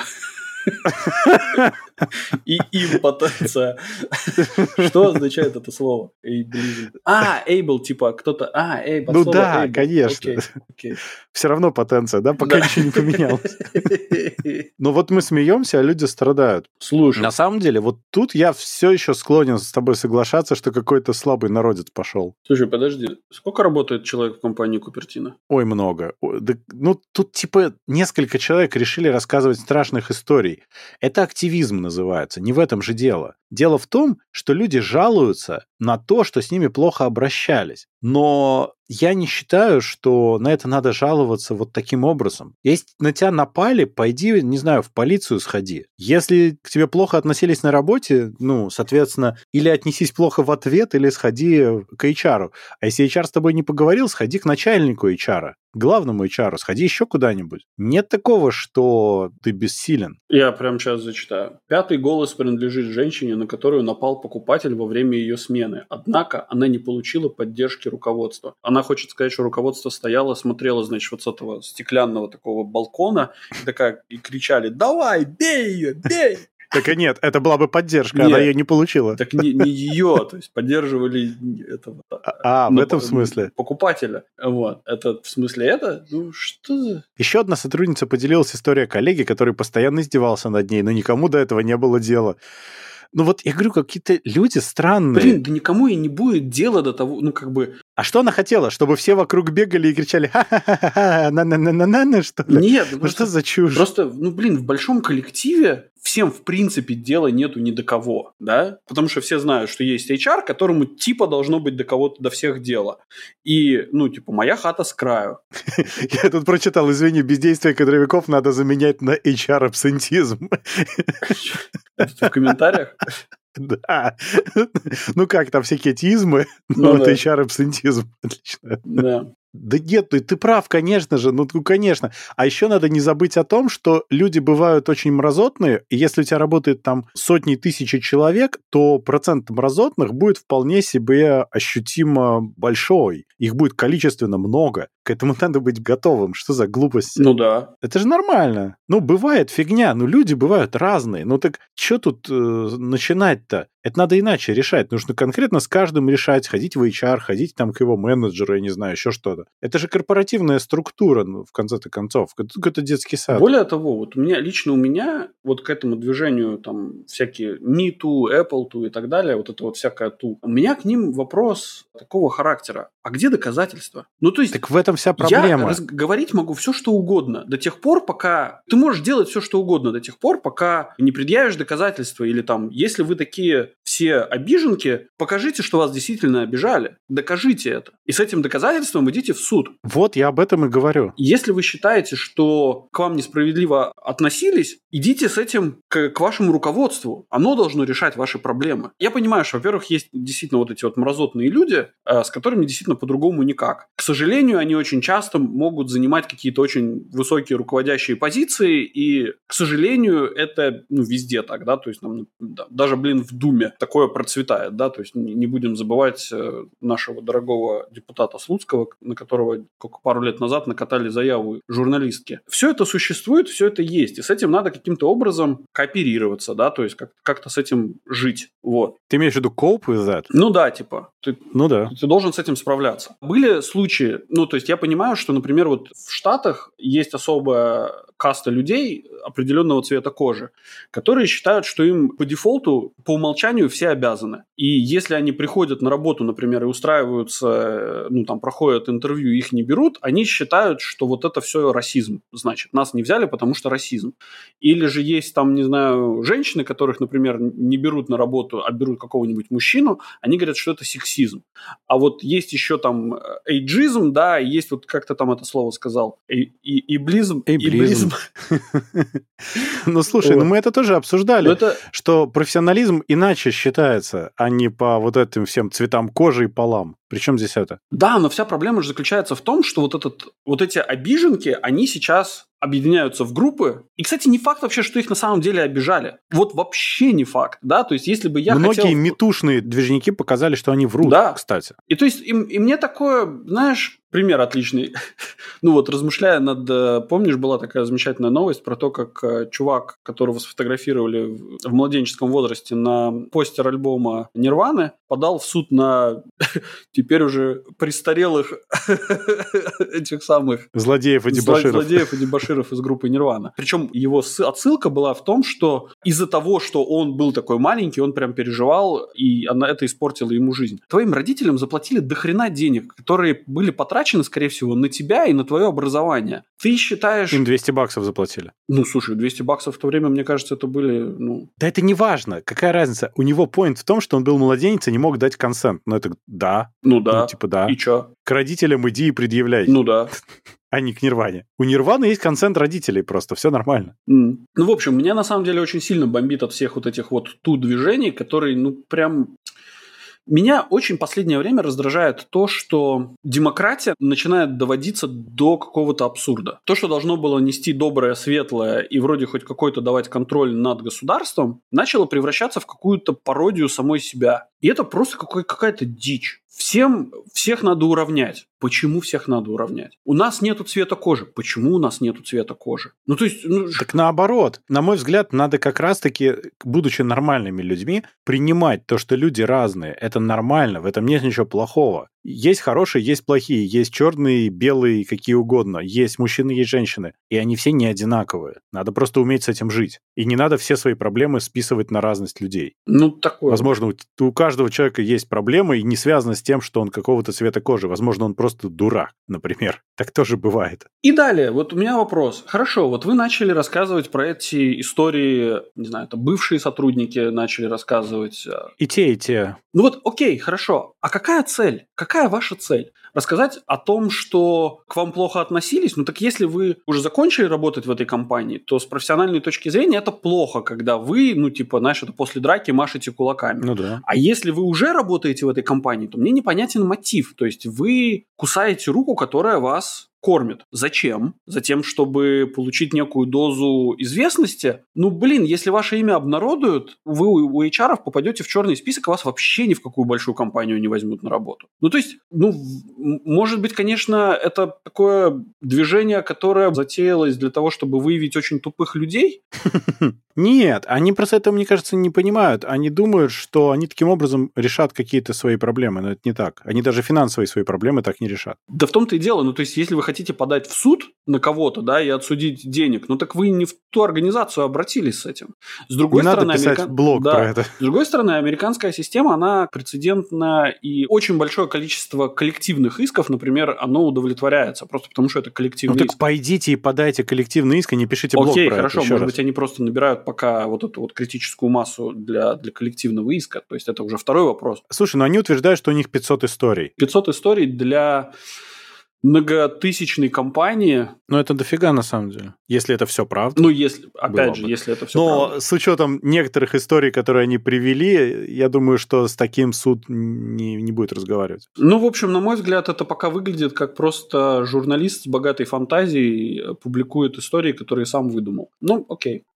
И импотенция. Что означает это слово? Эйблизм. Able, типа кто-то... Ну да, конечно. Все равно потенция, да? Пока ничего не поменялось. Но вот мы смеемся, а люди страдают. Слушай. На самом деле, вот тут я все еще склонен с тобой соглашаться, что какой-то слабый народец пошел. Слушай, подожди. Сколько работает человек в компании Купертино? Ой, много. Ну, тут типа несколько человек решили рассказывать страшных историй. пользователей. Это активизм называется. Не в этом же дело. Дело в том, что люди жалуются на то, что с ними плохо обращались. Но я не считаю, что на это надо жаловаться вот таким образом. Если на тебя напали, пойди, не знаю, в полицию сходи. Если к тебе плохо относились на работе, соответственно, или отнесись плохо в ответ, или сходи к HR. А если HR с тобой не поговорил, сходи к начальнику HR. Главному HR, сходи еще куда-нибудь. Нет такого, что ты бессилен. Я прямо сейчас зачитаю. 5-й голос принадлежит женщине, на которую напал покупатель во время ее смены. Однако она не получила поддержки руководства. Она хочет сказать, что руководство стояло, смотрело, значит, вот с этого стеклянного такого балкона и кричали: «Давай, бей ее, бей!» Так и нет, это была бы поддержка, она ее не получила. Так не ее, то есть поддерживали этого. В этом смысле? Покупателя. Вот. Это в смысле это? Что за... Еще одна сотрудница поделилась историей коллеги, который постоянно издевался над ней, но никому до этого не было дела. Я говорю, какие-то люди странные. Блин, да никому и не будет дела до того, А что она хотела? Чтобы все вокруг бегали и кричали «ха-ха-ха-ха, на-на-на-на-на», что ли? Нет. Что за чушь? Просто, в большом коллективе всем, в принципе, дела нету ни до кого, да? Потому что все знают, что есть HR, которому типа должно быть до кого-то, до всех дело. И, моя хата с краю. Я тут прочитал, извини, бездействие кадровиков надо заменять на HR-абсентизм. В комментариях? Да. Как там всякие измы, это HR-абсентизм. Отлично. Да. Да нет, ты прав, конечно же, конечно. А еще надо не забыть о том, что люди бывают очень мразотные, и если у тебя работает там сотни тысяч человек, то процент мразотных будет вполне себе ощутимо большой. Их будет количественно много. К этому надо быть готовым. Что за глупости? Да. Это же нормально. Бывает фигня, люди бывают разные. Так что тут начинать-то? Это надо иначе решать. Нужно конкретно с каждым решать, ходить в HR, ходить там к его менеджеру, я не знаю, еще что-то. Это же корпоративная структура, в конце-то концов. Это детский сад. Более того, у меня к этому движению там всякие Me Too, Apple Too и так далее, это всякое Too, у меня к ним вопрос такого характера. А где доказательства? Так в этом вся проблема. Я говорить могу все, что угодно, до тех пор, пока... Ты можешь делать все, что угодно, до тех пор, пока не предъявишь доказательства. Или если вы такие все обиженки, покажите, что вас действительно обижали. Докажите это. И с этим доказательством идите в суд. Вот, я об этом и говорю. Если вы считаете, что к вам несправедливо относились, идите с этим к вашему руководству. Оно должно решать ваши проблемы. Я понимаю, что, во-первых, есть действительно эти мразотные люди, с которыми действительно по-другому никак. К сожалению, они очень часто могут занимать какие-то очень высокие руководящие позиции, и, к сожалению, это везде так, да, то есть даже, в Думе такое процветает, да, то есть не будем забывать нашего дорогого депутата Слуцкого, на которого пару лет назад накатали заяву журналистки. Все это существует, все это есть, и с этим надо каким-то образом кооперироваться, да, то есть как-то с этим жить, вот. Ты имеешь в виду cope with that? Ты должен с этим справляться. Были случаи, то есть я понимаю, что, например, в Штатах есть особая каста людей определенного цвета кожи, которые считают, что им по дефолту, по умолчанию все обязаны. И если они приходят на работу, например, и устраиваются, проходят интервью, их не берут, они считают, что это все расизм. Значит, нас не взяли, потому что расизм. Или же есть женщины, которых, например, не берут на работу, а берут какого-нибудь мужчину, они говорят, что это сексизм. А есть еще эйджизм, да, и есть как ты там это слово сказал, иблизм. Слушай, мы это тоже обсуждали, что профессионализм иначе считается, а не по этим всем цветам кожи и полам. Причем здесь это? Да, но вся проблема же заключается в том, что эти обиженки, они сейчас объединяются в группы. И, кстати, не факт вообще, что их на самом деле обижали. Вообще не факт, да, то есть если бы я Многие метушные движники показали, что они врут, да. Кстати. И то есть, и мне такое, знаешь, пример отличный. Размышляя над... Помнишь, была такая замечательная новость про то, как чувак, которого сфотографировали в младенческом возрасте на постер альбома Нирваны, подал в суд на теперь уже престарелых этих самых... Злодеев и дебоширов. Широв из группы Нирвана. Причем его отсылка была в том, что из-за того, что он был такой маленький, он прям переживал, и это испортило ему жизнь. Твоим родителям заплатили дохрена денег, которые были потрачены, скорее всего, на тебя и на твое образование. Ты считаешь... Им $200 заплатили. Ну, слушай, $200 в то время, мне кажется, это были... Да это не важно. Какая разница? У него поинт в том, что он был младенец и не мог дать консент. Ну, это да. Ну, да. Ну, типа да. И чё? К родителям иди и предъявляй. Ну, да. А не к Нирване. У Нирваны есть консент родителей просто, все нормально. Ну, в общем, меня на самом деле очень сильно бомбит от всех вот этих вот движений, которые, прям... Меня очень в последнее время раздражает то, что демократия начинает доводиться до какого-то абсурда. То, что должно было нести доброе, светлое и вроде хоть какой-то давать контроль над государством, начало превращаться в какую-то пародию самой себя. И это просто какая-то дичь. Всех надо уравнять. Почему всех надо уравнять? У нас нету цвета кожи. Почему у нас нету цвета кожи? Ну, то есть... Так наоборот. На мой взгляд, надо как раз-таки, будучи нормальными людьми, принимать то, что люди разные. Это нормально, в этом нет ничего плохого. Есть хорошие, есть плохие, есть черные, белые, какие угодно. Есть мужчины, есть женщины. И они все не одинаковые. Надо просто уметь с этим жить. И не надо все свои проблемы списывать на разность людей. Ну, такое. Возможно, у каждого человека есть проблемы, и не связано с тем, что он какого-то цвета кожи. Возможно, он просто дурак, например. Так тоже бывает. И далее, вот у меня вопрос. Хорошо, вот вы начали рассказывать про эти истории, не знаю, это бывшие сотрудники начали рассказывать. И те, и те. Ну вот, окей, хорошо. А какая цель? Какая ваша цель? Рассказать о том, что к вам плохо относились? Ну так если вы уже закончили работать в этой компании, то с профессиональной точки зрения это плохо, когда вы, это после драки машете кулаками. Ну да. А если вы уже работаете в этой компании, то мне непонятен мотив. То есть вы кусаете руку, которая вас кормит. Зачем? Затем, чтобы получить некую дозу известности? Если ваше имя обнародуют, вы у HR попадете в черный список, вас вообще ни в какую большую компанию не возьмут на работу. Может быть, конечно, это такое движение, которое затеялось для того, чтобы выявить очень тупых людей? Нет, они просто этого, мне кажется, не понимают. Они думают, что они таким образом решат какие-то свои проблемы, но это не так. Они даже финансовые свои проблемы так не решат. Да в том-то и дело. То есть, если вы хотите подать в суд на кого-то, да, и отсудить денег, так вы не в ту организацию обратились с этим. С другой стороны, надо писать блог про это. С другой стороны, американская система, она прецедентна, и очень большое количество коллективных исков, например, оно удовлетворяется, просто потому что это коллективный иск. Так пойдите и подайте коллективный иск, и не пишите блог про это. Окей, хорошо, может быть, они просто набирают пока вот эту вот критическую массу для коллективного иска, то есть это уже второй вопрос. Слушай, они утверждают, что у них 500 историй. 500 историй для многотысячной компании. Это дофига на самом деле, если это все правда. Если это все правда. Но с учетом некоторых историй, которые они привели, я думаю, что с таким суд не будет разговаривать. В общем, на мой взгляд, это пока выглядит как просто журналист с богатой фантазией публикует истории, которые сам выдумал. Окей.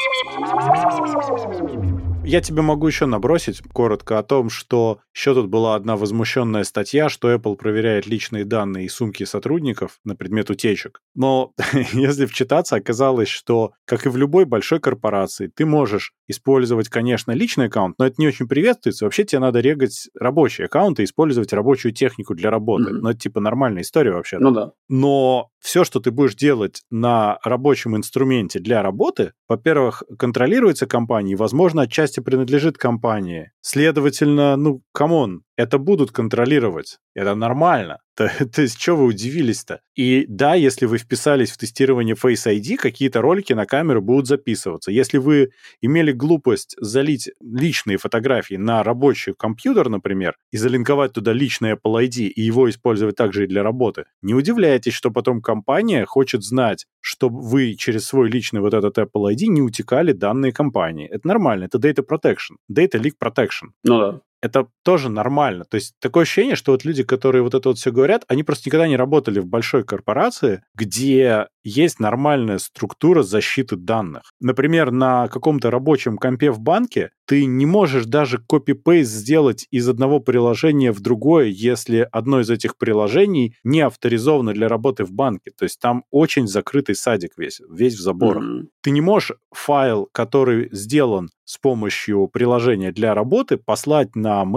Я тебе могу еще набросить коротко о том, что еще тут была одна возмущенная статья, что Apple проверяет личные данные и сумки сотрудников на предмет утечек. Но если вчитаться, оказалось, что, как и в любой большой корпорации, ты можешь использовать, конечно, личный аккаунт, но это не очень приветствуется. Вообще тебе надо регать рабочий аккаунт и использовать рабочую технику для работы. Mm-hmm. Но это нормальная история вообще. Да. Но все, что ты будешь делать на рабочем инструменте для работы, во-первых, контролируется компанией, возможно, отчасти принадлежит компании. Следовательно, камон, это будут контролировать. Это нормально. То есть, что вы удивились-то? И да, если вы вписались в тестирование Face ID, какие-то ролики на камеру будут записываться. Если вы имели глупость залить личные фотографии на рабочий компьютер, например, и залинковать туда личный Apple ID и его использовать также и для работы, не удивляйтесь, что потом компания хочет знать, чтобы вы через свой личный вот этот Apple ID не утекали данные компании. Это нормально, это Data Protection, Data Leak Protection. Да. Это тоже нормально. То есть такое ощущение, что вот люди, которые вот это вот все говорят, они просто никогда не работали в большой корпорации, где есть нормальная структура защиты данных. Например, на каком-то рабочем компе в банке ты не можешь даже копи-пейст сделать из одного приложения в другое, если одно из этих приложений не авторизовано для работы в банке. То есть там очень закрытый садик весь в заборах. Mm-hmm. Ты не можешь файл, который сделан с помощью приложения для работы, послать на mail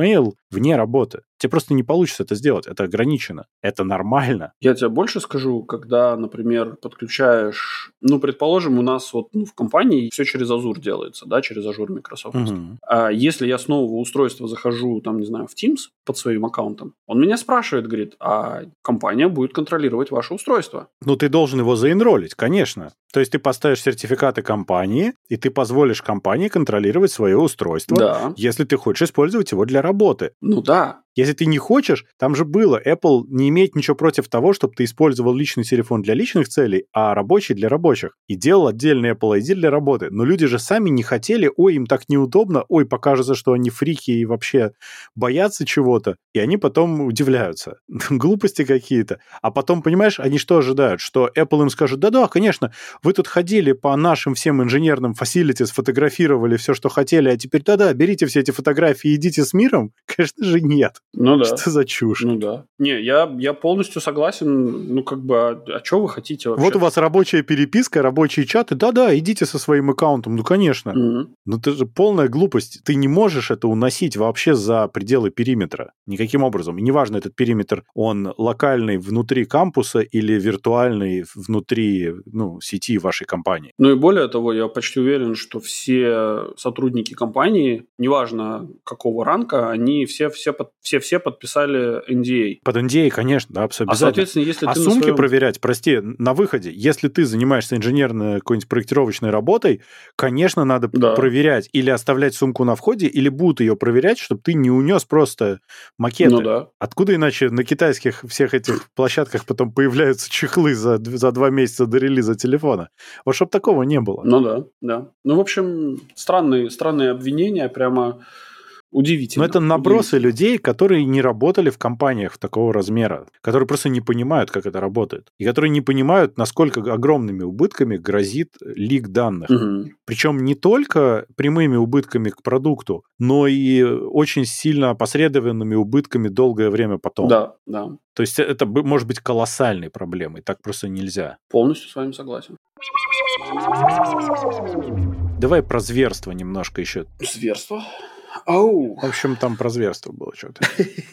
вне работы. Тебе просто не получится это сделать, это ограничено, это нормально. Я тебе больше скажу, когда, например, подключаешь, предположим, у нас в компании все через Azure делается, да, через Azure Microsoft. А если я с нового устройства захожу, там, не знаю, в Teams под своим аккаунтом, он меня спрашивает, говорит, а компания будет контролировать ваше устройство. Ты должен его заэнролить, конечно. То есть ты поставишь сертификаты компании, и ты позволишь компании контролировать свое устройство, если ты хочешь использовать его для работы. Да. Если ты не хочешь, там же было, Apple не имеет ничего против того, чтобы ты использовал личный телефон для личных целей, а рабочий для рабочих. И делал отдельный Apple ID для работы. Но люди же сами не хотели, им так неудобно, покажется, что они фрики и вообще боятся чего-то. И они потом удивляются. Глупости какие-то. А потом, понимаешь, они что ожидают? Что Apple им скажет, да-да, конечно, вы тут ходили по нашим всем инженерным фасилити, сфотографировали все, что хотели, а теперь да-да, берите все эти фотографии и идите с миром? Конечно же, нет. Да. Что за чушь? Да. Не, я полностью согласен. А что вы хотите вообще? Вот у вас рабочая переписка, рабочие чаты. Да-да, идите со своим аккаунтом. Конечно. Это же полная глупость. Ты не можешь это уносить вообще за пределы периметра. Никаким образом. И неважно, этот периметр, он локальный внутри кампуса или виртуальный внутри сети вашей компании. И более того, я почти уверен, что все сотрудники компании, неважно какого ранга, они все подписали NDA. Под NDA, конечно, да, обязательно. Соответственно, если ты сумки проверять, прости, на выходе, если ты занимаешься инженерной какой-нибудь проектировочной работой, конечно, надо проверять или оставлять сумку на входе, или будут ее проверять, чтобы ты не унес просто макеты. Откуда иначе на китайских всех этих площадках потом появляются чехлы за 2 месяца до релиза телефона? Вот чтобы такого не было. Да. В общем, странные обвинения, прямо удивительно. Но это набросы людей, которые не работали в компаниях такого размера, которые просто не понимают, как это работает, и которые не понимают, насколько огромными убытками грозит лик данных. Причем не только прямыми убытками к продукту, но и очень сильно опосредованными убытками долгое время потом. Да. То есть это может быть колоссальной проблемой, так просто нельзя. Полностью с вами согласен. Давай про зверство немножко еще. Зверство? В общем, там про зверство было что-то.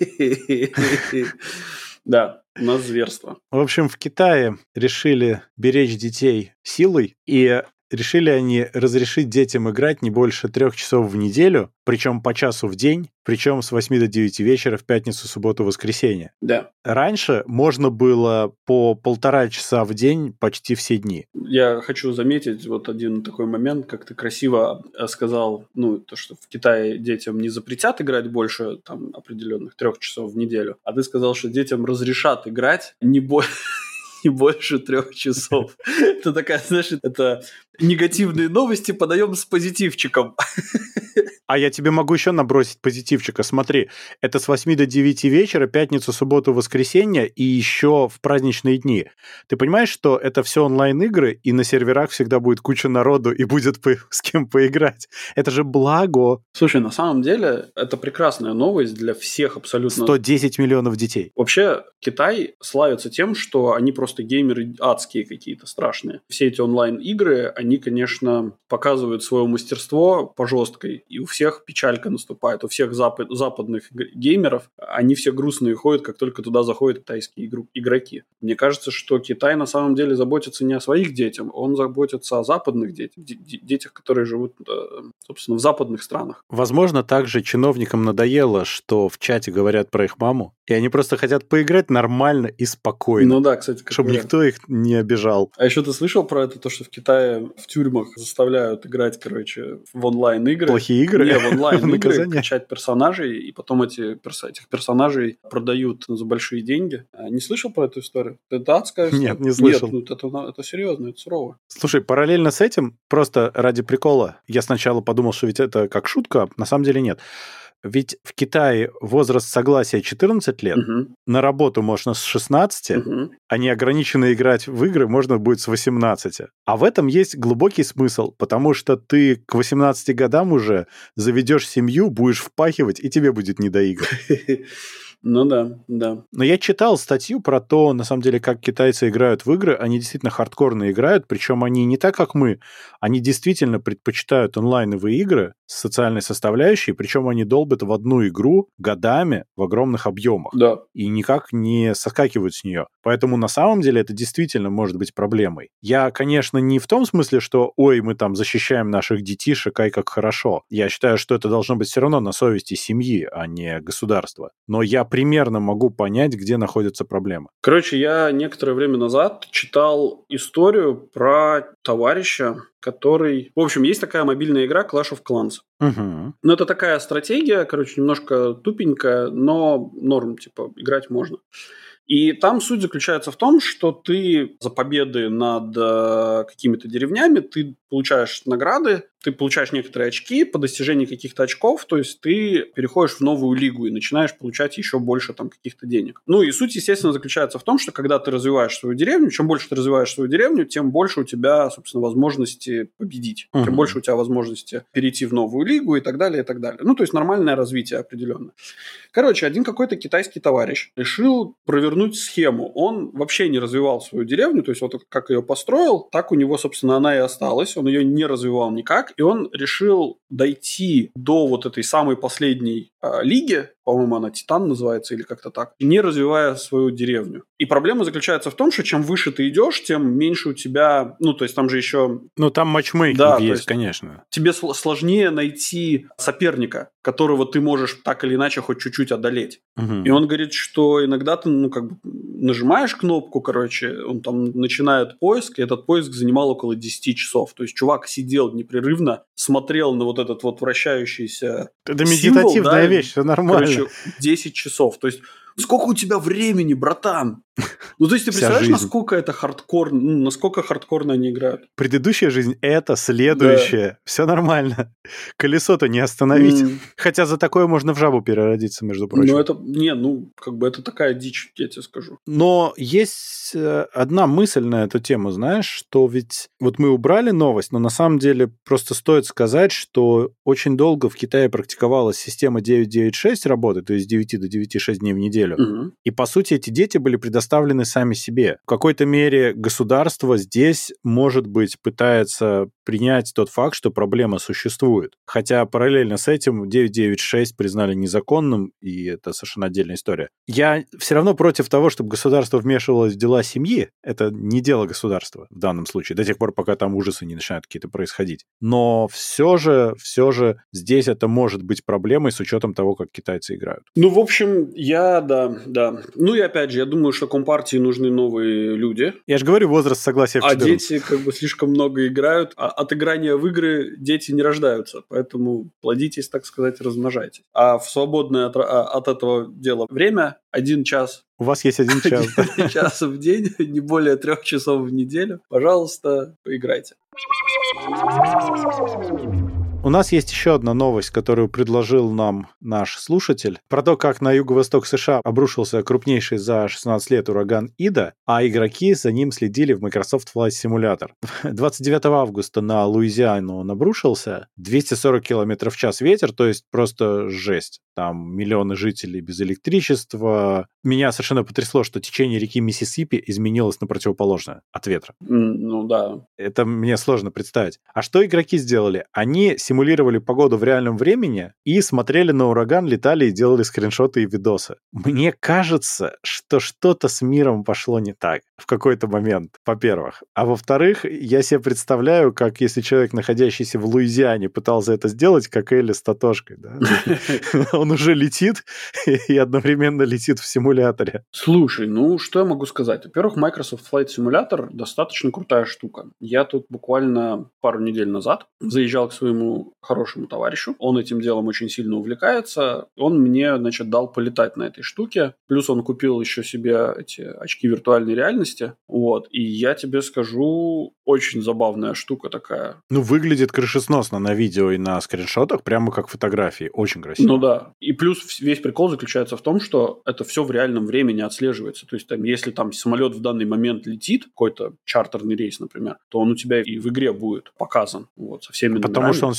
Да, у нас зверство. В общем, в Китае решили беречь детей силой, и решили они разрешить детям играть не больше 3 часов в неделю, причем по часу в день, причем с 8 до 9 вечера в пятницу, субботу, воскресенье. Да. Раньше можно было по 1,5 часа в день почти все дни. Я хочу заметить один такой момент, как ты красиво сказал, то, что в Китае детям не запретят играть больше определенных 3 часов в неделю, а ты сказал, что детям разрешат играть не больше 3 часов. Это такая, знаешь, это негативные новости подаем с позитивчиком. А я тебе могу еще набросить позитивчика. Смотри, это с 8 до 9 вечера, пятницу, субботу, воскресенье и еще в праздничные дни. Ты понимаешь, что это все онлайн-игры, и на серверах всегда будет куча народу, и будет с кем поиграть? Это же благо. Слушай, на самом деле, это прекрасная новость для всех абсолютно. 110 миллионов детей. Вообще, Китай славится тем, что они просто геймеры адские какие-то, страшные. Все эти онлайн-игры, они, конечно, показывают свое мастерство по жесткой, и у всех печалька наступает, у всех западных геймеров, они все грустные ходят, как только туда заходят китайские игроки. Мне кажется, что Китай на самом деле заботится не о своих детях, он заботится о западных детях, которые живут, собственно, в западных странах. Возможно, также чиновникам надоело, что в чате говорят про их маму, и они просто хотят поиграть нормально и спокойно. Да, кстати. Чтобы никто их не обижал. А еще ты слышал про это, то, что в Китае в тюрьмах заставляют играть, в онлайн-игры? Плохие игры? Не, в онлайн-игры, качать персонажей, и потом этих персонажей продают за большие деньги. Не слышал про эту историю? Это адская история? Нет, не слышал. Нет, это серьезно, это сурово. Слушай, параллельно с этим, просто ради прикола, я сначала подумал, что ведь это как шутка, а на самом деле нет. Ведь в Китае возраст согласия 14 лет, на работу можно с 16, а неограниченно играть в игры можно будет с 18. А в этом есть глубокий смысл, потому что ты к 18 годам уже заведешь семью, будешь впахивать, и тебе будет не до игр. Ну да, да. Но я читал статью про то, на самом деле, как китайцы играют в игры. Они действительно хардкорно играют, причем они не так, как мы. Они действительно предпочитают онлайновые игры с социальной составляющей, причем они долбят в одну игру годами в огромных объемах. Да. И никак не соскакивают с нее. Поэтому на самом деле это действительно может быть проблемой. Я, конечно, не в том смысле, что ой, мы там защищаем наших детишек, ай, как хорошо. Я считаю, что это должно быть все равно на совести семьи, а не государства. Но я примерно могу понять, где находятся проблемы. Короче, я некоторое время назад читал историю про товарища, который... В общем, есть такая мобильная игра Clash of Clans. Угу. Ну, это такая стратегия, короче, немножко тупенькая, но норм, типа, играть можно. И там суть заключается в том, что ты за победы над какими-то деревнями, ты получаешь награды, ты получаешь некоторые очки по достижении каких-то очков, то есть ты переходишь в новую лигу и начинаешь получать еще больше там каких-то денег. Ну и суть, естественно, заключается в том, что когда ты развиваешь свою деревню, чем больше ты развиваешь свою деревню, тем больше у тебя, собственно, возможности победить, тем больше у тебя возможности перейти в новую лигу и так далее, и так далее. Ну, то есть нормальное развитие определенно. Короче, один какой-то китайский товарищ решил провернуть схему. Он вообще не развивал свою деревню, то есть вот как ее построил, так у него, собственно, она и осталась. Он ее не развивал никак, и он решил дойти до вот этой самой последней лиги, по-моему, она Титан называется или как-то так, не развивая свою деревню. И проблема заключается в том, что чем выше ты идешь, тем меньше у тебя, ну, то есть там же еще... Ну, там матчмейкинг да, есть, конечно. Тебе сложнее найти соперника, которого ты можешь так или иначе хоть чуть-чуть одолеть. Угу. И он говорит, что иногда ты, ну, как бы нажимаешь кнопку, короче, он там начинает поиск, и этот поиск занимал около 10 часов. То есть чувак сидел непрерывно, смотрел на вот этот вот вращающийся это символ, медитативная вещь, все нормально. Короче, 10 часов. То есть сколько у тебя времени, братан? Ну, то есть ты представляешь, насколько это хардкорно, ну, насколько хардкорно они играют? Предыдущая жизнь — это следующая. Да. Все нормально. Колесо-то не остановить. Хотя за такое можно в жабу переродиться, между прочим. Ну, это, не, ну, как бы это такая дичь, я тебе скажу. Но есть одна мысль на эту тему, знаешь, что ведь вот мы убрали новость, но на самом деле просто стоит сказать, что очень долго в Китае практиковалась система 9-9-6 работы, то есть с 9 до 9-6 дней в неделю. Угу. И, по сути, эти дети были предоставлены сами себе. В какой-то мере государство здесь, может быть, пытается принять тот факт, что проблема существует. Хотя параллельно с этим 9.9.6 признали незаконным, и это совершенно отдельная история. Я все равно против того, чтобы государство вмешивалось в дела семьи. Это не дело государства в данном случае, до тех пор, пока там ужасы не начинают какие-то происходить. Но все же здесь это может быть проблемой с учетом того, как китайцы играют. Ну, в общем, да. Ну и опять же, я думаю, что Компартии нужны новые люди. Я же говорю, возраст согласия в 14. А дети как бы слишком много играют. А от играния в игры дети не рождаются. Поэтому плодитесь, так сказать, размножайтесь. А в свободное от этого дела время 1 час. У вас есть 1 час. 1 час в день, не более 3 часов в неделю. Пожалуйста, поиграйте. У нас есть еще одна новость, которую предложил нам наш слушатель, про то, как на юго-восток США обрушился крупнейший за 16 лет ураган Ида, а игроки за ним следили в Microsoft Flight Simulator. 29 августа на Луизиану он обрушился, 240 км в час ветер, то есть просто жесть. Там миллионы жителей без электричества. Меня совершенно потрясло, что течение реки Миссисипи изменилось на противоположное от ветра. Ну да. Это мне сложно представить. А что игроки сделали? Они симулировали погоду в реальном времени и смотрели на ураган, летали и делали скриншоты и видосы. Мне кажется, что что-то с миром пошло не так в какой-то момент, во-первых. А во-вторых, я себе представляю, как если человек, находящийся в Луизиане, пытался это сделать, как Элли с Татошкой. Да? Он уже летит и одновременно летит в симуляторе. Слушай, ну что я могу сказать? Во-первых, Microsoft Flight Simulator достаточно крутая штука. Я тут буквально пару недель назад заезжал к своему хорошему товарищу. Он этим делом очень сильно увлекается. Он мне, значит, дал полетать на этой штуке. Плюс он купил еще себе эти очки виртуальной реальности. Вот. И я тебе скажу, очень забавная штука такая. Ну, выглядит крышесносно на видео и на скриншотах, прямо как фотографии. Очень красиво. Ну да. И плюс весь прикол заключается в том, что это все в реальном времени отслеживается. То есть, там, если там самолет в данный момент летит, какой-то чартерный рейс, например, то он у тебя и в игре будет показан. Вот, со всеми номерами. Потому что он в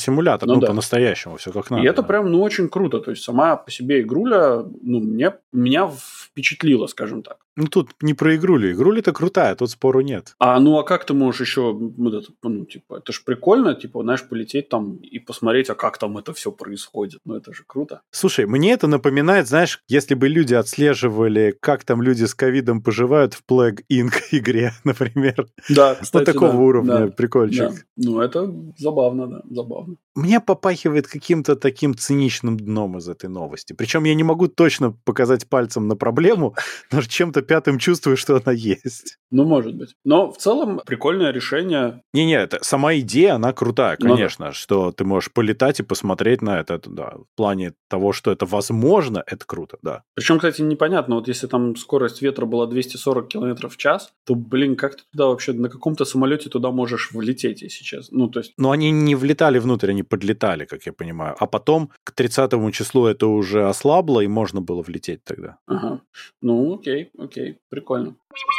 симулятор, да. По-настоящему, все как надо. И это прям, очень круто. То есть сама по себе игруля, меня впечатлила, скажем так. Тут не про игрулю. Игруля-то крутая, тут спору нет. А как ты можешь еще, это же прикольно, знаешь, полететь там и посмотреть, а как там это все происходит. Это же круто. Слушай, мне это напоминает, знаешь, если бы люди отслеживали, как там люди с ковидом поживают в Plague Inc. игре, например. Да, кстати, такого уровня, да, прикольчик. Да. Это забавно, да, забавно. Мне попахивает каким-то таким циничным дном из этой новости. Причем я не могу точно показать пальцем на проблему, но чем-то пятым чувствую, что она есть. Может быть. Но в целом прикольное решение. Не-не, это сама идея, она крутая, конечно, что ты можешь полетать и посмотреть на это, да. В плане того, что это возможно, это круто, да. Причем, кстати, непонятно, если там скорость ветра была 240 км в час, то, как ты туда вообще, на каком-то самолете туда можешь влететь, если честно? Но они не влетали внутрь, они подлетали, как я понимаю. А потом к 30 числу это уже ослабло, и можно было влететь тогда. Ага. Окей, прикольно.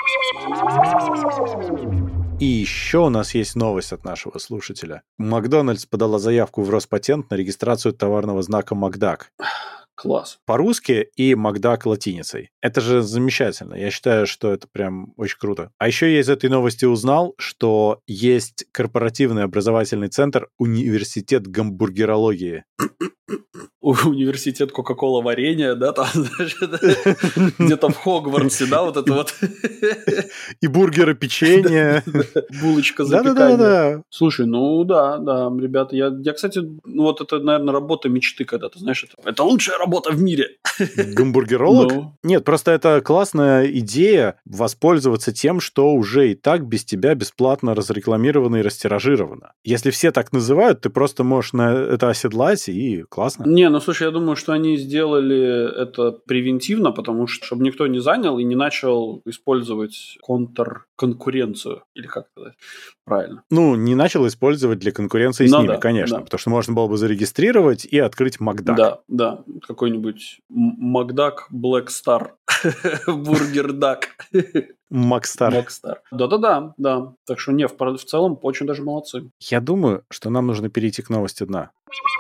И еще у нас есть новость от нашего слушателя. Макдональдс подала заявку в Роспатент на регистрацию товарного знака Макдак. Класс. По-русски и Макдак латиницей. Это же замечательно. Я считаю, что это прям очень круто. А еще я из этой новости узнал, что есть корпоративный образовательный центр «Университет гамбургерологии». Университет Кока-Кола варенья, да, там, где-то в Хогвартсе, да, вот это вот. И бургеры, печенье. Булочка запекания. Да. Слушай, да, ребята, я, кстати, это, наверное, работа мечты когда-то, знаешь, это лучшая работа в мире. Гамбургеролог? Нет, просто это классная идея воспользоваться тем, что уже и так без тебя бесплатно разрекламировано и растиражировано. Если все так называют, ты просто можешь на это оседлать, и классно. Слушай, я думаю, что они сделали это превентивно, потому что, чтобы никто не занял и не начал использовать контрконкуренцию, или как сказать правильно. Не начал использовать для конкуренции с ними, конечно, потому что можно было бы зарегистрировать и открыть Макдак. Да, какой-нибудь Макдак Black Star, Бургер Дак. Макстар. Да. Так что, в целом, очень даже молодцы. Я думаю, что нам нужно перейти к новости дна.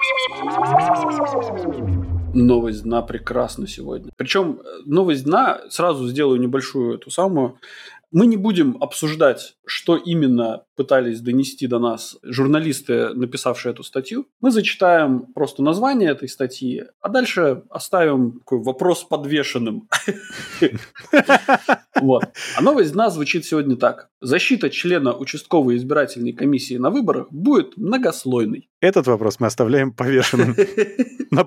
Новость дна прекрасна сегодня. Причем новость дна, сразу сделаю небольшую эту самую. Мы не будем обсуждать, что именно пытались донести до нас журналисты, написавшие эту статью. Мы зачитаем просто название этой статьи, а дальше оставим такой вопрос подвешенным. А новость дна звучит сегодня так. Защита члена участковой избирательной комиссии на выборах будет многослойной. Этот вопрос мы оставляем повешенным на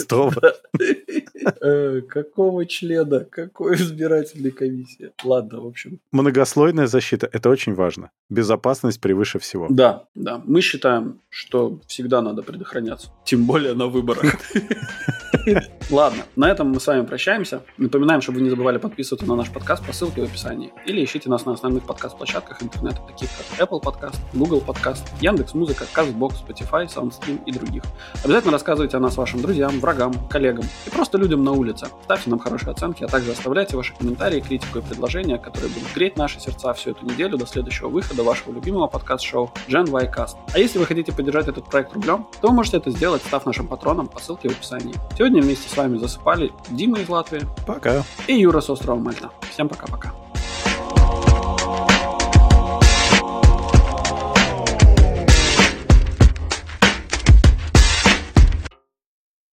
5:30. Какого члена? Какой избирательной комиссии? Ладно, в общем. Многослойная защита – это очень важно. Безопасность превыше всего. Да. Мы считаем, что всегда надо предохраняться. Тем более на выборах. Ладно, на этом мы с вами прощаемся. Напоминаем, чтобы вы не забывали подписываться на наш подкаст по ссылке в описании. Или ищите нас на основных подкаст-площадках интернета, таких как Apple Podcast, Google Podcast, Яндекс.Музыка, Castbox, Spotify, SoundStream и других. Обязательно рассказывайте о нас вашим друзьям, врагам, коллегам и просто людям на улице. Ставьте нам хорошие оценки, а также оставляйте ваши комментарии, критику и предложения, которые будут греть наши сердца всю эту неделю до следующего выхода вашего любимого подкаст-шоу Gen Y Cast. А если вы хотите поддержать этот проект рублем, то вы можете это сделать, став нашим патроном по ссылке в описании. Сегодня вместе с вами засыпали Дима из Латвии. Пока. И Юра с острова Мальта. Всем пока-пока.